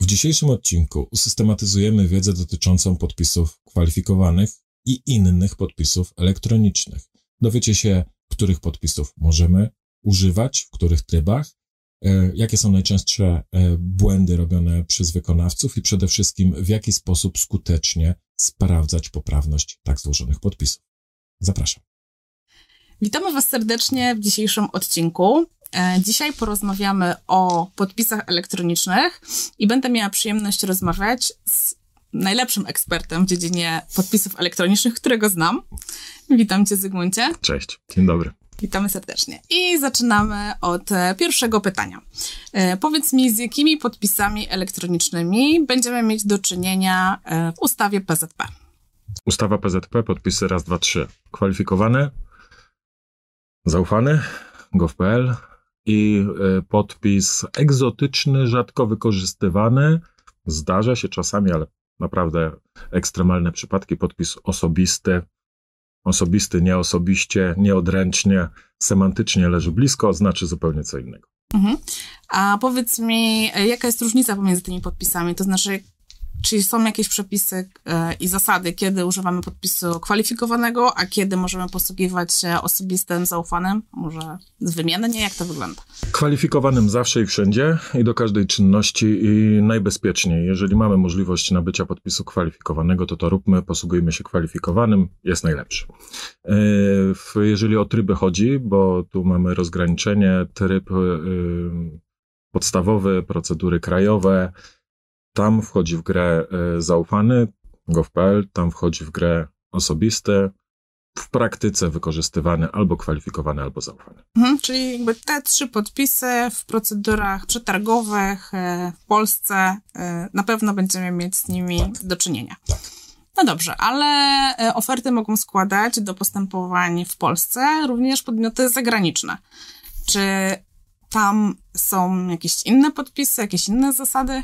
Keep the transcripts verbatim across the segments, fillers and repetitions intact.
dzisiejszym odcinku usystematyzujemy wiedzę dotyczącą podpisów kwalifikowanych i innych podpisów elektronicznych. Dowiecie się, których podpisów możemy używać, w których trybach, jakie są najczęstsze błędy robione przez wykonawców i przede wszystkim w jaki sposób skutecznie sprawdzać poprawność tak złożonych podpisów. Zapraszam. Witamy Was serdecznie w dzisiejszym odcinku. Dzisiaj porozmawiamy o podpisach elektronicznych i będę miała przyjemność rozmawiać z najlepszym ekspertem w dziedzinie podpisów elektronicznych, którego znam. Witam Cię, Zygmuncie. Cześć, dzień dobry. Witamy serdecznie. I zaczynamy od pierwszego pytania. Powiedz mi, z jakimi podpisami elektronicznymi będziemy mieć do czynienia w ustawie P Z P? Ustawa P Z P, podpisy raz, dwa, trzy. Kwalifikowany, zaufany, gov kropka p l i podpis egzotyczny, rzadko wykorzystywany. Zdarza się czasami, ale naprawdę ekstremalne przypadki. Podpis osobisty. Osobisty, nie osobiście, nieodręcznie, semantycznie leży blisko, znaczy zupełnie co innego. Mhm. A powiedz mi, jaka jest różnica pomiędzy tymi podpisami? To znaczy, czy są jakieś przepisy i zasady, kiedy używamy podpisu kwalifikowanego, a kiedy możemy posługiwać się osobistym, zaufanym? Może wymiennie? Jak to wygląda? Kwalifikowanym zawsze i wszędzie i do każdej czynności i najbezpieczniej. Jeżeli mamy możliwość nabycia podpisu kwalifikowanego, to to róbmy, posługujmy się kwalifikowanym, jest najlepszy. Jeżeli o tryby chodzi, bo tu mamy rozgraniczenie, tryb podstawowy, procedury krajowe, tam wchodzi w grę zaufany, gov kropka p l, tam wchodzi w grę osobisty, w praktyce wykorzystywany albo kwalifikowany, albo zaufany. Mhm, czyli jakby te trzy podpisy w procedurach przetargowych w Polsce na pewno będziemy mieć z nimi tak. do czynienia. Tak. No dobrze, ale oferty mogą składać do postępowań w Polsce również podmioty zagraniczne. Czy tam są jakieś inne podpisy, jakieś inne zasady?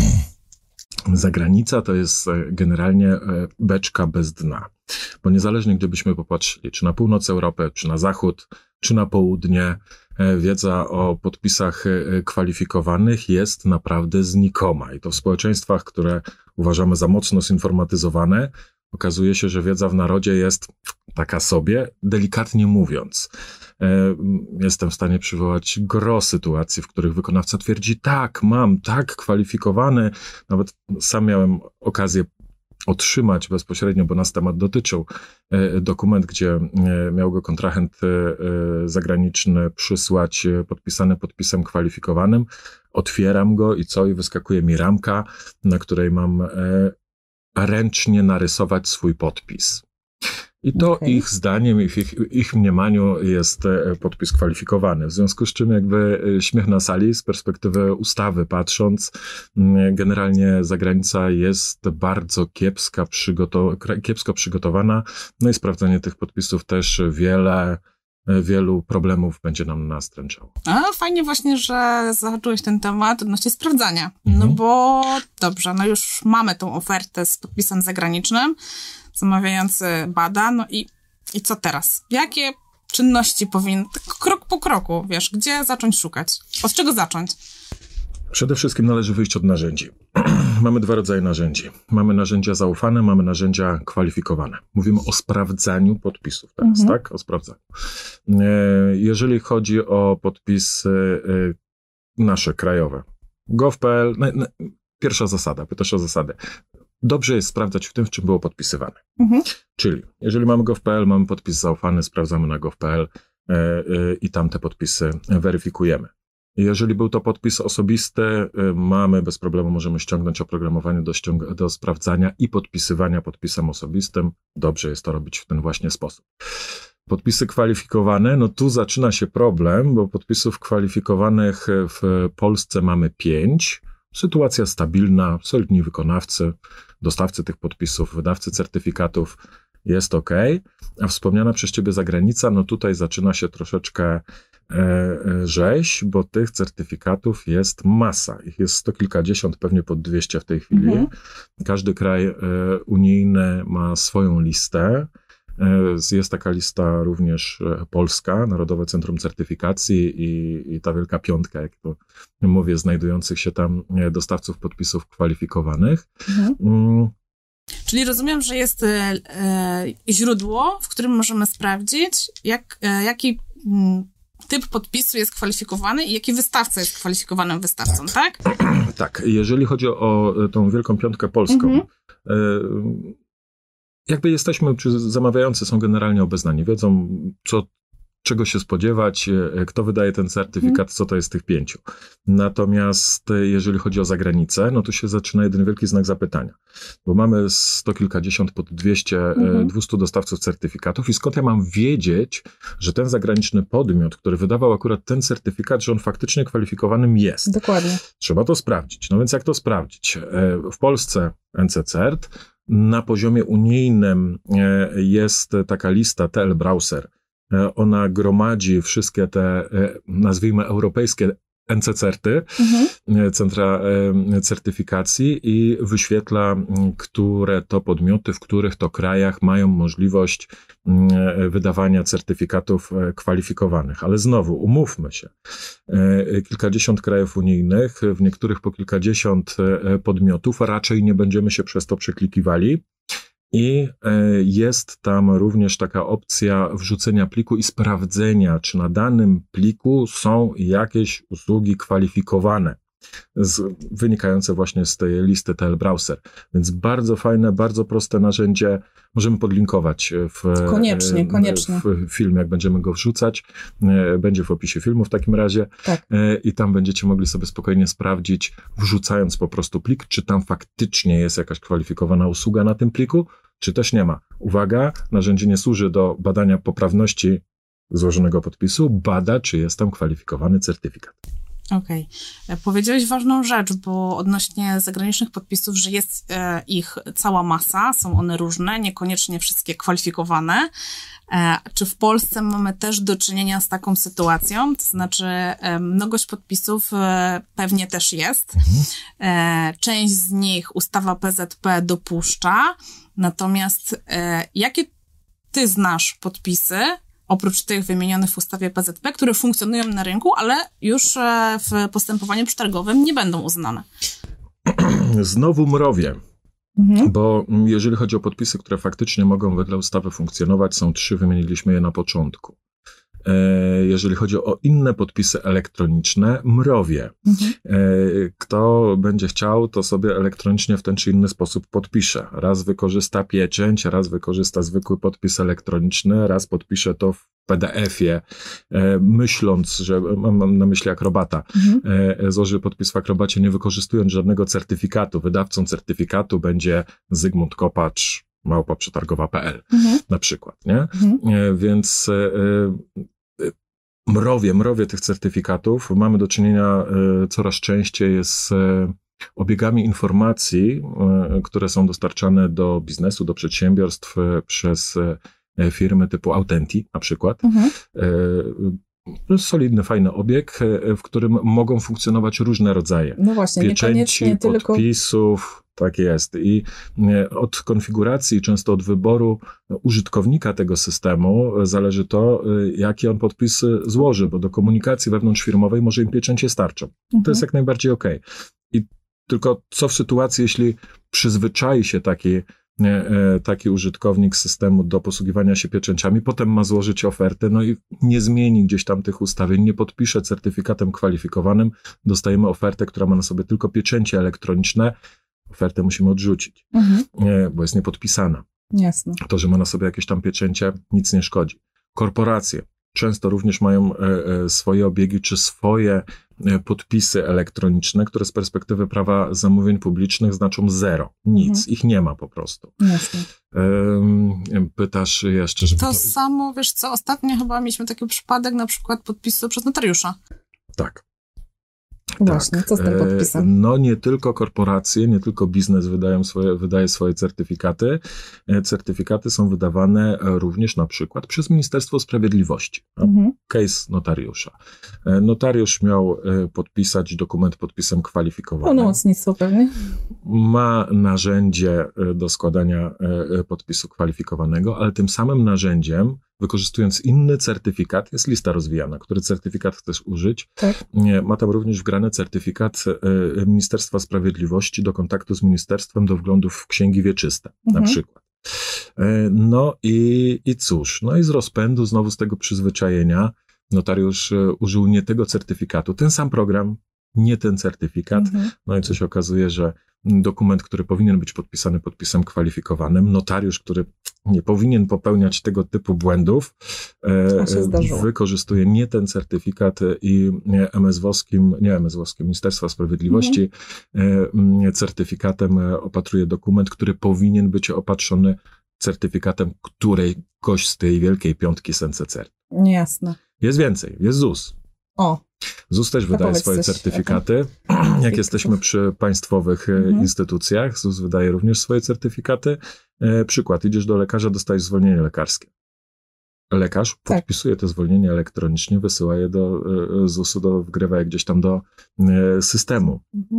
Zagranica to jest generalnie beczka bez dna, bo niezależnie gdybyśmy popatrzyli, czy na północ Europy, czy na zachód, czy na południe, wiedza o podpisach kwalifikowanych jest naprawdę znikoma i to w społeczeństwach, które uważamy za mocno zinformatyzowane, okazuje się, że wiedza w narodzie jest taka sobie, delikatnie mówiąc. Jestem w stanie przywołać gros sytuacji, w których wykonawca twierdzi, tak, mam, tak, kwalifikowany. Nawet sam miałem okazję otrzymać bezpośrednio, bo nas temat dotyczył, dokument, gdzie miał go kontrahent zagraniczny przysłać podpisany podpisem kwalifikowanym. Otwieram go i co? I wyskakuje mi ramka, na której mam ręcznie narysować swój podpis. I to okay. ich zdaniem, ich, ich, ich mniemaniu jest podpis kwalifikowany. W związku z czym jakby śmiech na sali z perspektywy ustawy patrząc, generalnie zagranica jest bardzo kiepska, przygotow- kiepsko przygotowana. No i sprawdzenie tych podpisów też wiele, wielu problemów będzie nam nastręczało. A fajnie właśnie, że zahaczyłeś ten temat odnośnie sprawdzania. Mhm. No bo dobrze, no już mamy tą ofertę z podpisem zagranicznym. Zamawiający bada, no i, i co teraz? Jakie czynności powinny, tak krok po kroku, wiesz, gdzie zacząć szukać? Od czego zacząć? Przede wszystkim należy wyjść od narzędzi. Mamy dwa rodzaje narzędzi. Mamy narzędzia zaufane, mamy narzędzia kwalifikowane. Mówimy o sprawdzaniu podpisów teraz, mhm. tak? O sprawdzaniu. Jeżeli chodzi o podpisy nasze, krajowe, gov kropka p l, pierwsza zasada, pytasz o zasadę. Dobrze jest sprawdzać w tym, w czym było podpisywane. Mhm. Czyli, jeżeli mamy gov kropka p l, mamy podpis zaufany, sprawdzamy na gov kropka p l yy, yy, i tam te podpisy weryfikujemy. Jeżeli był to podpis osobisty, yy, mamy bez problemu, możemy ściągnąć oprogramowanie do, ściąg- do sprawdzania i podpisywania podpisem osobistym. Dobrze jest to robić w ten właśnie sposób. Podpisy kwalifikowane, no tu zaczyna się problem, bo podpisów kwalifikowanych w Polsce mamy pięć. Sytuacja stabilna, solidni wykonawcy, dostawcy tych podpisów, wydawcy certyfikatów, jest ok. A wspomniana przez ciebie zagranica, no tutaj zaczyna się troszeczkę e, e, rzeź, bo tych certyfikatów jest masa. Ich jest sto kilkadziesiąt, pewnie pod dwieście w tej chwili. Mhm. Każdy kraj e, unijny ma swoją listę. Jest taka lista również polska, Narodowe Centrum Certyfikacji i, i ta wielka piątka, jak to mówię, znajdujących się tam dostawców podpisów kwalifikowanych. Mhm. Mm. Czyli rozumiem, że jest e, źródło, w którym możemy sprawdzić, jak, e, jaki m, typ podpisu jest kwalifikowany i jaki wystawca jest kwalifikowanym wystawcą, tak? Tak, tak. Jeżeli chodzi o tą wielką piątkę polską, mhm. e, jakby jesteśmy, czy zamawiający są generalnie obeznani, wiedzą, co, czego się spodziewać, kto wydaje ten certyfikat, co to jest tych pięciu. Natomiast jeżeli chodzi o zagranicę, no to się zaczyna jeden wielki znak zapytania, bo mamy sto kilkadziesiąt, pod dwieście, mhm. dwieście dostawców certyfikatów i skąd ja mam wiedzieć, że ten zagraniczny podmiot, który wydawał akurat ten certyfikat, że on faktycznie kwalifikowanym jest. Dokładnie. Trzeba to sprawdzić. No więc jak to sprawdzić? W Polsce N C CERT, na poziomie unijnym jest taka lista T L Browser. Ona gromadzi wszystkie te, nazwijmy, europejskie N C CERTy, mhm. centra certyfikacji i wyświetla, które to podmioty, w których to krajach mają możliwość wydawania certyfikatów kwalifikowanych. Ale znowu, umówmy się, kilkadziesiąt krajów unijnych, w niektórych po kilkadziesiąt podmiotów, raczej nie będziemy się przez to przeklikiwali. I jest tam również taka opcja wrzucenia pliku i sprawdzenia, czy na danym pliku są jakieś usługi kwalifikowane, z, wynikające właśnie z tej listy T L Browser. Więc bardzo fajne, bardzo proste narzędzie. Możemy podlinkować w, koniecznie, koniecznie. w filmie, jak będziemy go wrzucać. Będzie w opisie filmu w takim razie. Tak. I tam będziecie mogli sobie spokojnie sprawdzić, wrzucając po prostu plik, czy tam faktycznie jest jakaś kwalifikowana usługa na tym pliku, czy też nie ma. Uwaga, narzędzie nie służy do badania poprawności złożonego podpisu, bada, czy jest tam kwalifikowany certyfikat. Okej. Okay. Powiedziałeś ważną rzecz, bo odnośnie zagranicznych podpisów, że jest e, ich cała masa, są one różne, niekoniecznie wszystkie kwalifikowane. E, czy w Polsce mamy też do czynienia z taką sytuacją? To znaczy e, mnogość podpisów e, pewnie też jest. E, część z nich ustawa P Z P dopuszcza, natomiast e, jakie ty znasz podpisy, oprócz tych wymienionych w ustawie P Z P, które funkcjonują na rynku, ale już w postępowaniu przetargowym nie będą uznane? Znowu mrowie, mhm. bo jeżeli chodzi o podpisy, które faktycznie mogą wedle ustawy funkcjonować, są trzy, wymieniliśmy je na początku. Jeżeli chodzi o inne podpisy elektroniczne, mrowie. Mhm. Kto będzie chciał, to sobie elektronicznie w ten czy inny sposób podpisze. Raz wykorzysta pieczęć, raz wykorzysta zwykły podpis elektroniczny, raz podpisze to w P D F-ie, myśląc, że mam na myśli Akrobata, mhm. złoży podpis w Akrobacie, nie wykorzystując żadnego certyfikatu. Wydawcą certyfikatu będzie Zygmunt Kopacz, małpa przetargowa kropka p l, mhm. na przykład, nie? Mhm. Więc mrowie, mrowie tych certyfikatów mamy do czynienia coraz częściej z obiegami informacji, które są dostarczane do biznesu, do przedsiębiorstw przez firmy typu Autenti na przykład. Mhm. Solidny, fajny obieg, w którym mogą funkcjonować różne rodzaje no właśnie, pieczęci, podpisów. Tylko... Tak jest. I od konfiguracji, często od wyboru użytkownika tego systemu zależy to, jaki on podpis złoży, bo do komunikacji wewnątrzfirmowej może im pieczęcie starczą. Mhm. To jest jak najbardziej okej. Okay. I tylko co w sytuacji, jeśli przyzwyczai się taki, taki użytkownik systemu do posługiwania się pieczęciami, potem ma złożyć ofertę, no i nie zmieni gdzieś tam tych ustawień, nie podpisze certyfikatem kwalifikowanym, dostajemy ofertę, która ma na sobie tylko pieczęcie elektroniczne, ofertę musimy odrzucić, mhm. bo jest niepodpisana. Jasne. To, że ma na sobie jakieś tam pieczęcie, nic nie szkodzi. Korporacje często również mają swoje obiegi, czy swoje podpisy elektroniczne, które z perspektywy prawa zamówień publicznych znaczą zero. Nic. Mhm. Ich nie ma po prostu. Jasne. Pytasz jeszcze, żeby... To, to samo, wiesz co, ostatnio chyba mieliśmy taki przypadek, na przykład podpisu przez notariusza. Tak. Właśnie, tak. Co z tym podpisem? No nie tylko korporacje, nie tylko biznes wydają swoje, wydaje swoje certyfikaty. Certyfikaty są wydawane również na przykład przez Ministerstwo Sprawiedliwości. Mhm. Case notariusza. Notariusz miał podpisać dokument podpisem kwalifikowanym. Pełnomocnictwo pewnie. ma narzędzie do składania podpisu kwalifikowanego, ale tym samym narzędziem, wykorzystując inny certyfikat, jest lista rozwijana, który certyfikat chcesz użyć. Tak. Ma tam również wgrany certyfikat Ministerstwa Sprawiedliwości do kontaktu z ministerstwem, do wglądu w księgi wieczyste, mhm. na przykład. No i, i cóż, no i z rozpędu, znowu z tego przyzwyczajenia, notariusz użył nie tego certyfikatu, ten sam program, nie ten certyfikat. Mhm. No i co się okazuje, że dokument, który powinien być podpisany podpisem kwalifikowanym, notariusz, który nie powinien popełniać tego typu błędów, e, wykorzystuje nie ten certyfikat i M S W-skim, nie M S W-skim, Ministerstwa Sprawiedliwości mhm. e, certyfikatem opatruje dokument, który powinien być opatrzony certyfikatem którejgoś z tej wielkiej piątki z N C C R. Jasne. Jest więcej, jest Z U S. O. Z U S też wydaje swoje coś, certyfikaty. Okay. Jak jesteśmy przy państwowych mhm. instytucjach, Z U S wydaje również swoje certyfikaty. E, przykład, idziesz do lekarza, dostajesz zwolnienie lekarskie. Lekarz tak. podpisuje to zwolnienie elektronicznie, wysyła je do e, Z U S-u, do, wgrywa je gdzieś tam do e, systemu. Mhm.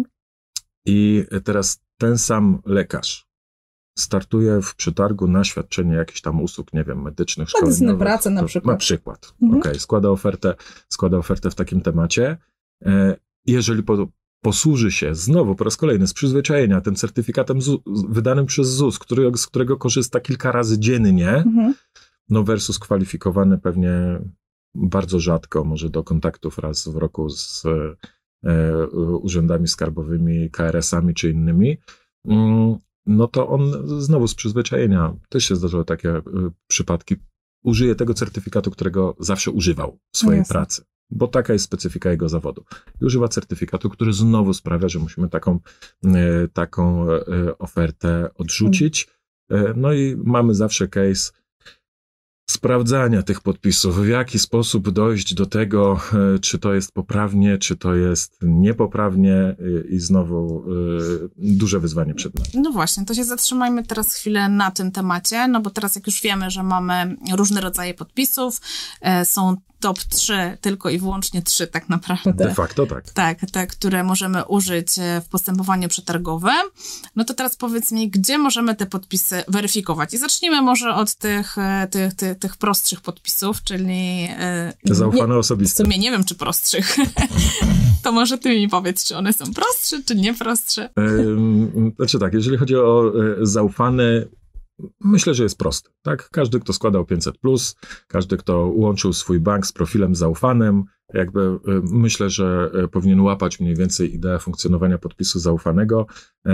I teraz ten sam lekarz startuje w przetargu na świadczenie jakichś tam usług, nie wiem, medycznych, szkoleniowych. Pracę na przykład. Na przykład. Mhm. Okej, okay. składa ofertę, składa ofertę w takim temacie. Jeżeli po, posłuży się znowu po raz kolejny z przyzwyczajenia tym certyfikatem Z U S, wydanym przez Z U S, który, z którego korzysta kilka razy dziennie, mhm. no versus kwalifikowany pewnie bardzo rzadko, może do kontaktów raz w roku z e, urzędami skarbowymi, K R S-ami czy innymi, mm, no to on znowu z przyzwyczajenia, też się zdarzyły takie y, przypadki, użyje tego certyfikatu, którego zawsze używał w swojej Jasne. pracy, bo taka jest specyfika jego zawodu. I używa certyfikatu, który znowu sprawia, że musimy taką, y, taką y, ofertę odrzucić. Y, no i mamy zawsze case sprawdzania tych podpisów, w jaki sposób dojść do tego, czy to jest poprawnie, czy to jest niepoprawnie i znowu y, duże wyzwanie przed nami. No właśnie, to się zatrzymajmy teraz chwilę na tym temacie, no bo teraz jak już wiemy, że mamy różne rodzaje podpisów, e, są top trzy, tylko i wyłącznie trzy tak naprawdę. De facto tak. Tak, te, które możemy użyć w postępowaniu przetargowym. No to teraz powiedz mi, gdzie możemy te podpisy weryfikować? I zacznijmy może od tych, tych, tych, tych prostszych podpisów, czyli... Te zaufane nie, osobiste. W sumie nie wiem, czy prostszych. To może ty mi powiedz, czy one są prostsze, czy nie prostsze. Ym, znaczy tak, jeżeli chodzi o y, zaufane, myślę, że jest prosty, tak? Każdy, kto składał pięćset plus, każdy, kto łączył swój bank z profilem zaufanym, jakby y, myślę, że y, powinien łapać mniej więcej ideę funkcjonowania podpisu zaufanego. Y,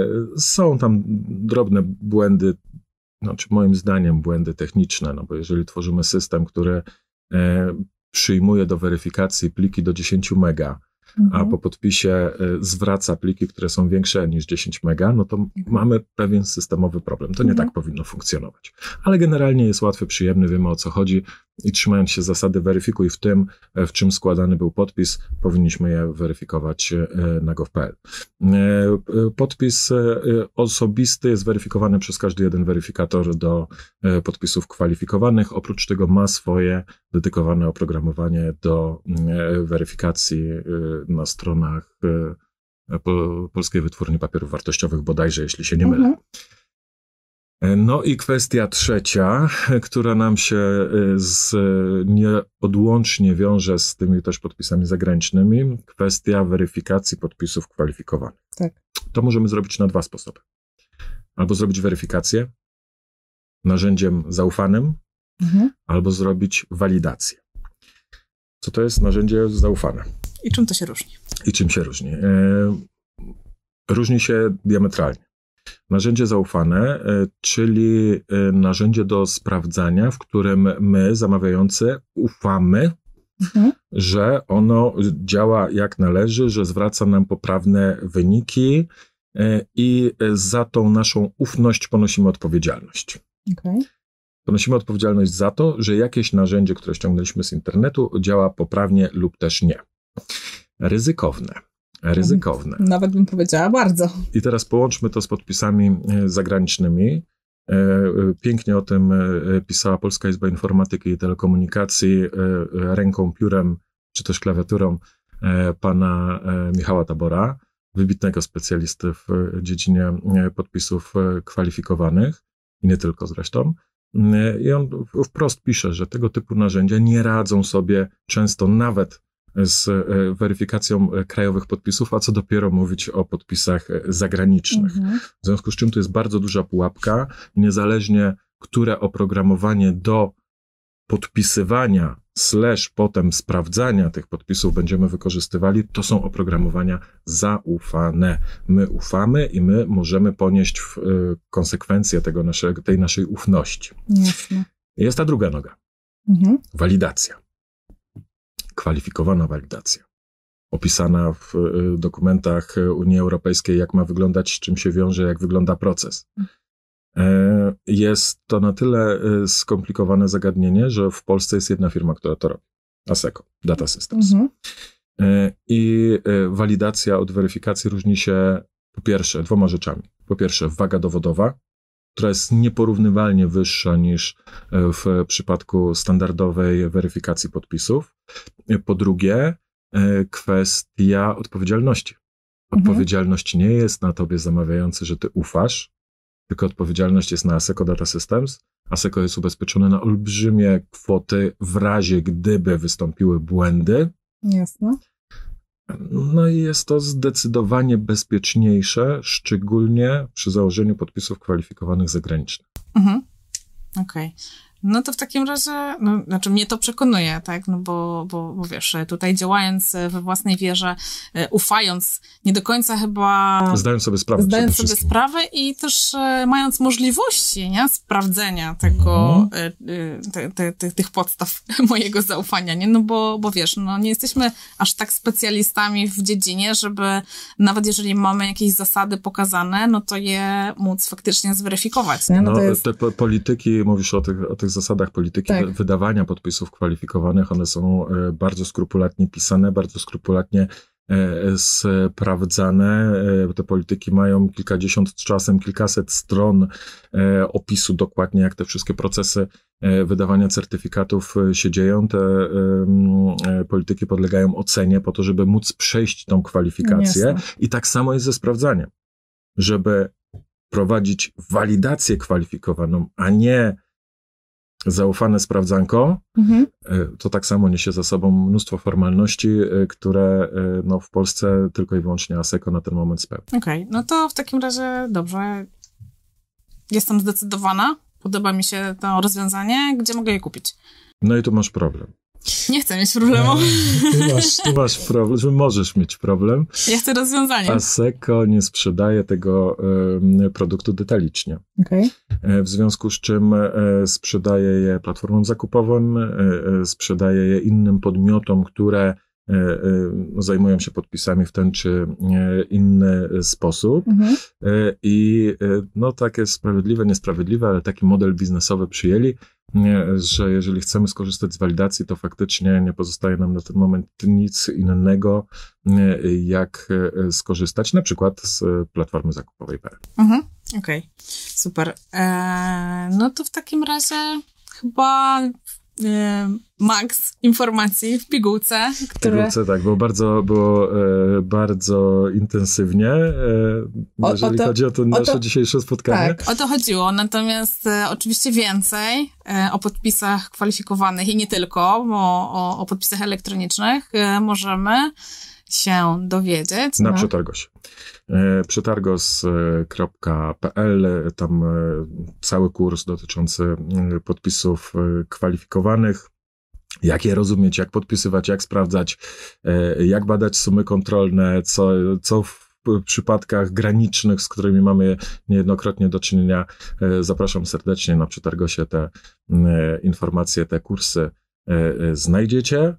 są tam drobne błędy, znaczy moim zdaniem błędy techniczne, no bo jeżeli tworzymy system, który y, przyjmuje do weryfikacji pliki do dziesięć mega, a po podpisie zwraca pliki, które są większe niż dziesięć mega, no to mhm. mamy pewien systemowy problem. To nie mhm. tak powinno funkcjonować. Ale generalnie jest łatwy, przyjemny, wiemy o co chodzi i trzymając się zasady weryfikuj w tym, w czym składany był podpis, powinniśmy je weryfikować na gov kropka p l. Podpis osobisty jest weryfikowany przez każdy jeden weryfikator do podpisów kwalifikowanych. Oprócz tego ma swoje dedykowane oprogramowanie do weryfikacji na stronach Polskiej Wytwórni Papierów Wartościowych bodajże, jeśli się nie mylę. Mhm. No i kwestia trzecia, która nam się z, nieodłącznie wiąże z tymi też podpisami zagranicznymi, kwestia weryfikacji podpisów kwalifikowanych. Tak. To możemy zrobić na dwa sposoby. Albo zrobić weryfikację narzędziem zaufanym, mhm. albo zrobić walidację. Co to jest narzędzie zaufane? I czym to się różni? I czym się różni? E, różni się diametralnie. Narzędzie zaufane, czyli narzędzie do sprawdzania, w którym my, zamawiający, ufamy, mhm. że ono działa jak należy, że zwraca nam poprawne wyniki i za tą naszą ufność ponosimy odpowiedzialność. Okay. Ponosimy odpowiedzialność za to, że jakieś narzędzie, które ściągnęliśmy z internetu, działa poprawnie lub też nie. Ryzykowne. Ryzykowne. Nawet bym powiedziała bardzo. I teraz połączmy to z podpisami zagranicznymi. Pięknie o tym pisała Polska Izba Informatyki i Telekomunikacji ręką, piórem, czy też klawiaturą pana Michała Tabora. wybitnego specjalisty w dziedzinie podpisów kwalifikowanych i nie tylko zresztą. I on wprost pisze, że tego typu narzędzia nie radzą sobie często nawet z weryfikacją krajowych podpisów, a co dopiero mówić o podpisach zagranicznych. Mhm. W związku z czym to jest bardzo duża pułapka, niezależnie które oprogramowanie do podpisywania slash potem sprawdzania tych podpisów będziemy wykorzystywali, to są oprogramowania zaufane. My ufamy i my możemy ponieść w, y, konsekwencje tego naszego, tej naszej ufności. Jasne. Jest ta druga noga. Mhm. Walidacja. Kwalifikowana walidacja. Opisana w y, dokumentach Unii Europejskiej, jak ma wyglądać, czym się wiąże, jak wygląda proces. Jest to na tyle skomplikowane zagadnienie, że w Polsce jest jedna firma, która to robi. ASECO, Data Systems. Mhm. I walidacja od weryfikacji różni się po pierwsze dwoma rzeczami. Po pierwsze waga dowodowa, która jest nieporównywalnie wyższa niż w przypadku standardowej weryfikacji podpisów. Po drugie kwestia odpowiedzialności. Odpowiedzialność mhm. nie jest na tobie zamawiający, że ty ufasz, tylko odpowiedzialność jest na ASECO Data Systems. ASECO jest ubezpieczone na olbrzymie kwoty w razie, gdyby wystąpiły błędy. Jasne. No i jest to zdecydowanie bezpieczniejsze, szczególnie przy założeniu podpisów kwalifikowanych zagranicznych. Mhm. Okej. Okay. No to w takim razie, no, znaczy mnie to przekonuje, tak, no bo, bo, bo wiesz, tutaj działając we własnej wierze, ufając, nie do końca chyba... Zdając sobie sprawę. Zdając sobie sprawę i też mając możliwości, nie, sprawdzenia tego, mhm. te, te, te, tych podstaw mojego zaufania, nie, no bo, bo wiesz, no nie jesteśmy aż tak specjalistami w dziedzinie, żeby nawet jeżeli mamy jakieś zasady pokazane, no to je móc faktycznie zweryfikować, nie? No, no to jest... te po, polityki, mówisz o tych, o tych zasadach polityki tak. wydawania podpisów kwalifikowanych, one są bardzo skrupulatnie pisane, bardzo skrupulatnie sprawdzane. Te polityki mają kilkadziesiąt, czasem kilkaset stron opisu dokładnie, jak te wszystkie procesy wydawania certyfikatów się dzieją. Te polityki podlegają ocenie po to, żeby móc przejść tą kwalifikację. Jasne. I tak samo jest ze sprawdzaniem. Żeby prowadzić walidację kwalifikowaną, a nie zaufane sprawdzanko, mhm. to tak samo niesie za sobą mnóstwo formalności, które no, w Polsce tylko i wyłącznie ASECO na ten moment spełnia. Okej, okay, no to w takim razie dobrze. Jestem zdecydowana, podoba mi się to rozwiązanie. Gdzie mogę je kupić? No i tu masz problem. Nie chcę mieć problemu. Tu masz, tu masz problem, że możesz mieć problem. Ja chcę rozwiązanie. ASECO nie sprzedaje tego y, produktu detalicznie. Okay. W związku z czym y, sprzedaje je platformom zakupowym, y, y, sprzedaje je innym podmiotom, które y, y, zajmują się podpisami w ten czy y, inny sposób. Mhm. Y, I y, no takie sprawiedliwe, niesprawiedliwe, ale taki model biznesowy przyjęli, że jeżeli chcemy skorzystać z walidacji, to faktycznie nie pozostaje nam na ten moment nic innego, jak skorzystać na przykład z platformy zakupowej P R. Mhm, okej, okay. Super. Eee, no to w takim razie chyba e, maks informacji w pigułce. Które... W pigułce, tak, było bardzo, było, e, bardzo intensywnie, e, o, jeżeli o to, chodzi o to nasze o to, dzisiejsze spotkanie. Tak, o to chodziło, natomiast e, oczywiście więcej e, o podpisach kwalifikowanych i nie tylko, bo o, o podpisach elektronicznych e, możemy się dowiedzieć. Na no. Przetargosie. przetargos kropka p l, tam cały kurs dotyczący podpisów kwalifikowanych, jak je rozumieć, jak podpisywać, jak sprawdzać, jak badać sumy kontrolne, co, co w przypadkach granicznych, z którymi mamy niejednokrotnie do czynienia. Zapraszam serdecznie na Przetargosie, te informacje, te kursy znajdziecie.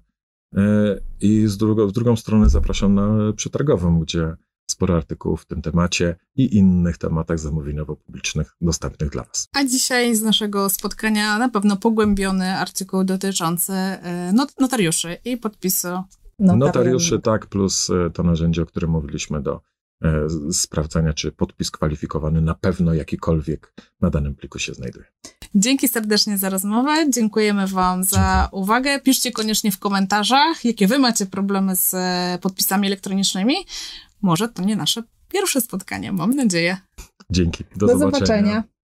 I z drugą, w drugą stronę zapraszam na Przetargową, gdzie sporo artykułów w tym temacie i innych tematach zamówieniowo-publicznych dostępnych dla Was. A dzisiaj z naszego spotkania na pewno pogłębiony artykuł dotyczący not- notariuszy i podpisu notarialnego. Notariuszy, tak, plus to narzędzie, o którym mówiliśmy do e, sprawdzania, czy podpis kwalifikowany na pewno jakikolwiek na danym pliku się znajduje. Dzięki serdecznie za rozmowę, dziękujemy Wam za uwagę. Piszcie koniecznie w komentarzach, jakie Wy macie problemy z podpisami elektronicznymi. może to nie nasze pierwsze spotkanie, mam nadzieję. Dzięki. Do, Do zobaczenia. zobaczenia.